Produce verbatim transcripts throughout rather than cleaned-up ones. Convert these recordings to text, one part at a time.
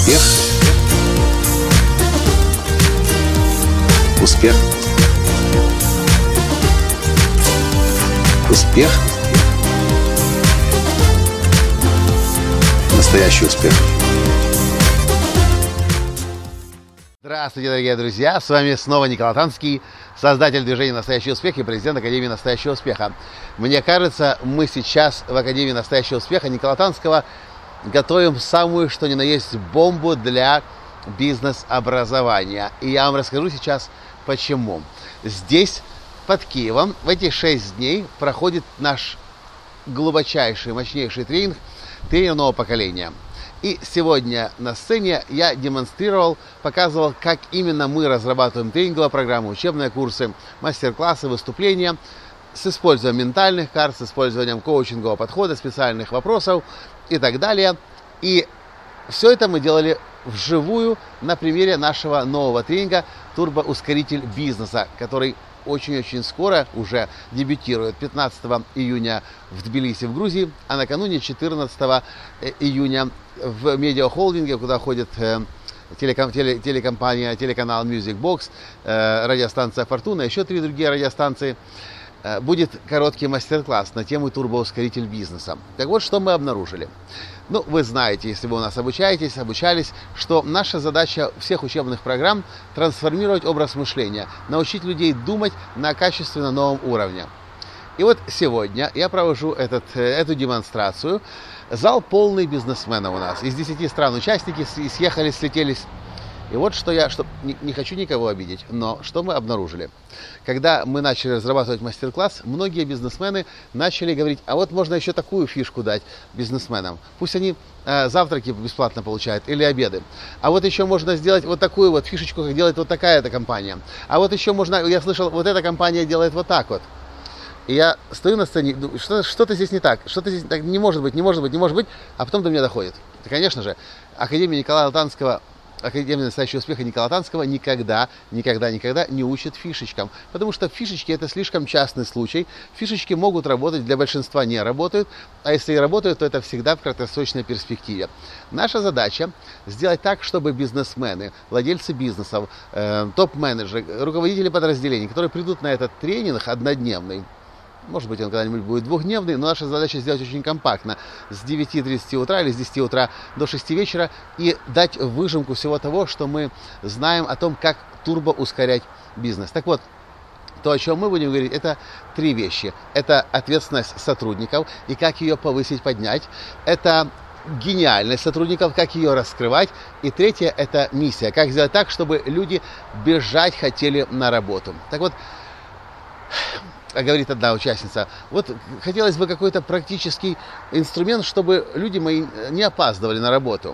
Успех. Успех. Успех. Настоящий успех. Здравствуйте, дорогие друзья! С вами снова Николай Танский, создатель движения «Настоящий успех» и президент Академии «Настоящего успеха». Мне кажется, мы сейчас в Академии «Настоящего успеха» Николая Танского готовим самую, что ни на есть, бомбу для бизнес-образования. И я вам расскажу сейчас, почему. Здесь, под Киевом, в эти шесть дней проходит наш глубочайший, мощнейший тренинг «Тренер нового поколения». И сегодня на сцене я демонстрировал, показывал, как именно мы разрабатываем тренинговые программы, учебные курсы, мастер-классы, выступления с использованием ментальных карт, с использованием коучингового подхода, специальных вопросов и так далее. И все это мы делали вживую на примере нашего нового тренинга «Турбоускоритель бизнеса», который очень-очень скоро уже дебютирует пятнадцатого июня в Тбилиси, в Грузии, а накануне четырнадцатого июня в медиахолдинге, куда ходит э, телеком, теле, телекомпания, телеканал Music Box, э, радиостанция Фортуна, еще три другие радиостанции, э, будет короткий мастер-класс на тему «Турбоускоритель бизнеса». Так вот, что мы обнаружили. Ну, вы знаете, если вы у нас обучаетесь, обучались, что наша задача всех учебных программ – трансформировать образ мышления, научить людей думать на качественно новом уровне. И вот сегодня я провожу этот, эту демонстрацию. Зал полный бизнесменов у нас. Из десяти стран участники съехались, слетелись. И вот что я, что, не, не хочу никого обидеть, но что мы обнаружили. Когда мы начали разрабатывать мастер-класс, многие бизнесмены начали говорить, а вот можно еще такую фишку дать бизнесменам. Пусть они э, завтраки бесплатно получают или обеды. А вот еще можно сделать вот такую вот фишечку, как делает вот такая-то компания. А вот еще можно, я слышал, вот эта компания делает вот так вот. И я стою на сцене, думаю, что, что-то здесь не так, что-то здесь так не может быть, не может быть, не может быть, а потом до меня доходит. И, конечно же, Академия Николая Танского, Академия «Настоящего успеха» Николая Танского никогда, никогда, никогда не учит фишечкам. Потому что фишечки – это слишком частный случай. Фишечки могут работать, для большинства не работают. А если и работают, то это всегда в краткосрочной перспективе. Наша задача – сделать так, чтобы бизнесмены, владельцы бизнесов, э, топ-менеджеры, руководители подразделений, которые придут на этот тренинг однодневный, может быть, он когда-нибудь будет двухдневный, но наша задача сделать очень компактно. С девяти тридцати утра или с десяти утра до шести вечера и дать выжимку всего того, что мы знаем о том, как турбо ускорять бизнес. Так вот, то, о чем мы будем говорить, это три вещи. Это ответственность сотрудников и как ее повысить, поднять. Это гениальность сотрудников, как ее раскрывать. И третье, это миссия. Как сделать так, чтобы люди бежать хотели на работу. Так вот, говорит одна участница, вот хотелось бы какой-то практический инструмент, чтобы люди мои не опаздывали на работу.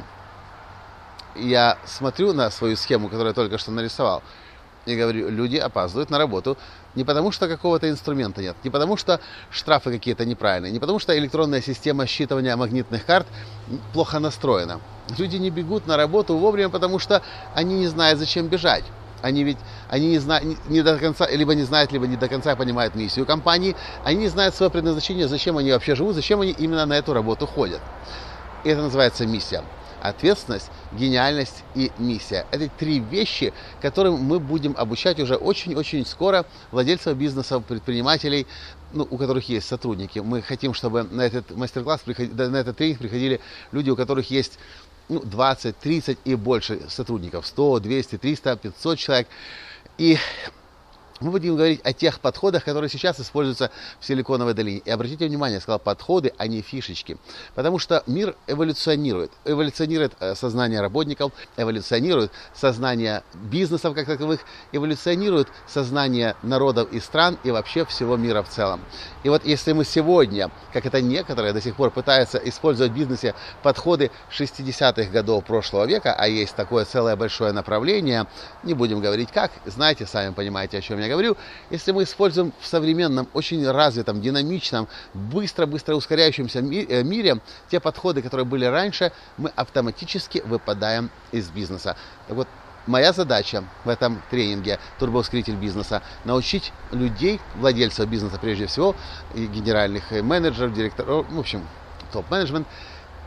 Я смотрю на свою схему, которую я только что нарисовал, и говорю, люди опаздывают на работу не потому, что какого-то инструмента нет, не потому, что штрафы какие-то неправильные, не потому, что электронная система считывания магнитных карт плохо настроена. Люди не бегут на работу вовремя, потому что они не знают, зачем бежать. Они ведь они не знают, не, не до конца, либо не знают, либо не до конца понимают миссию компании. Они не знают свое предназначение, зачем они вообще живут, зачем они именно на эту работу ходят. И это называется миссия. Ответственность, гениальность и миссия. Это три вещи, которым мы будем обучать уже очень-очень скоро владельцев бизнеса, предпринимателей, ну, у которых есть сотрудники. Мы хотим, чтобы на этот мастер-класс, на этот тренинг приходили люди, у которых есть ну, двадцать, тридцать и больше сотрудников, сто, двести, триста, пятьсот человек. И мы будем говорить о тех подходах, которые сейчас используются в Силиконовой долине. И обратите внимание, я сказал подходы, а не фишечки. Потому что мир эволюционирует. Эволюционирует сознание работников, эволюционирует сознание бизнесов как таковых, эволюционирует сознание народов и стран и вообще всего мира в целом. И вот если мы сегодня, как это некоторые до сих пор пытаются использовать в бизнесе подходы шестидесятых годов прошлого века, а есть такое целое большое направление, не будем говорить как, знаете, сами понимаете, о чем я говорю, если мы используем в современном, очень развитом, динамичном, быстро-быстро ускоряющемся мире те подходы, которые были раньше, мы автоматически выпадаем из бизнеса. Так вот, моя задача в этом тренинге «Турбоускоритель бизнеса» научить людей, владельцев бизнеса прежде всего, и генеральных менеджеров, директоров, в общем, топ-менеджмент,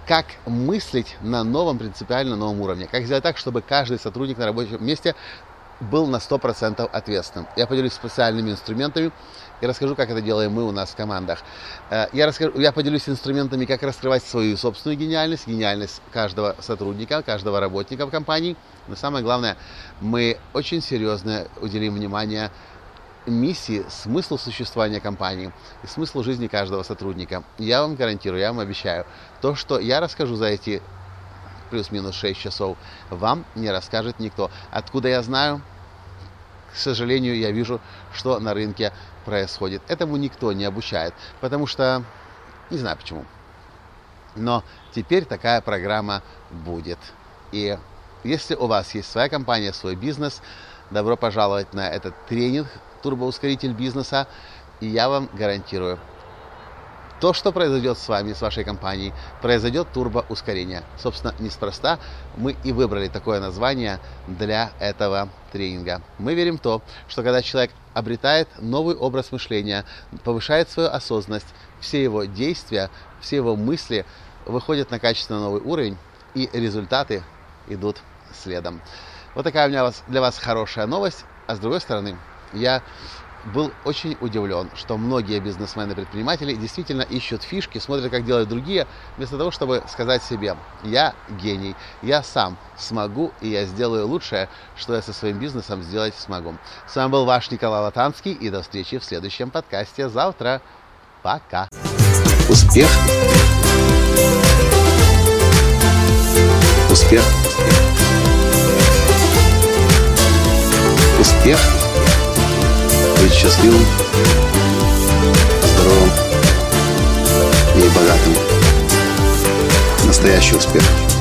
как мыслить на новом, принципиально новом уровне. Как сделать так, чтобы каждый сотрудник на рабочем месте был на сто процентов ответственным. Я поделюсь специальными инструментами и расскажу, как это делаем мы у нас в командах. Я, расскажу, я поделюсь инструментами, как раскрывать свою собственную гениальность, гениальность каждого сотрудника, каждого работника в компании. Но самое главное, мы очень серьезно уделим внимание миссии, смыслу существования компании и смыслу жизни каждого сотрудника. Я вам гарантирую, я вам обещаю, то, что я расскажу за эти плюс-минус шесть часов, вам не расскажет никто. Откуда я знаю? К сожалению, я вижу, что на рынке происходит. Этому никто не обучает, потому что не знаю почему. Но теперь такая программа будет. И если у вас есть своя компания, свой бизнес, добро пожаловать на этот тренинг «Турбоускоритель бизнеса». И я вам гарантирую, то, что произойдет с вами, с вашей компанией, произойдет турбоускорение. Собственно, неспроста мы и выбрали такое название для этого тренинга. Мы верим в то, что когда человек обретает новый образ мышления, повышает свою осознанность, все его действия, все его мысли выходят на качественно новый уровень, и результаты идут следом. Вот такая у меня для вас хорошая новость. А с другой стороны, я был очень удивлен, что многие бизнесмены-предприниматели действительно ищут фишки, смотрят, как делают другие, вместо того, чтобы сказать себе: я гений, я сам смогу, и я сделаю лучшее, что я со своим бизнесом сделать смогу. С вами был ваш Николай Латанский, и до встречи в следующем подкасте завтра. Пока. Успех. Успех. Успех. Быть счастливым, здоровым и богатым. Настоящий успех.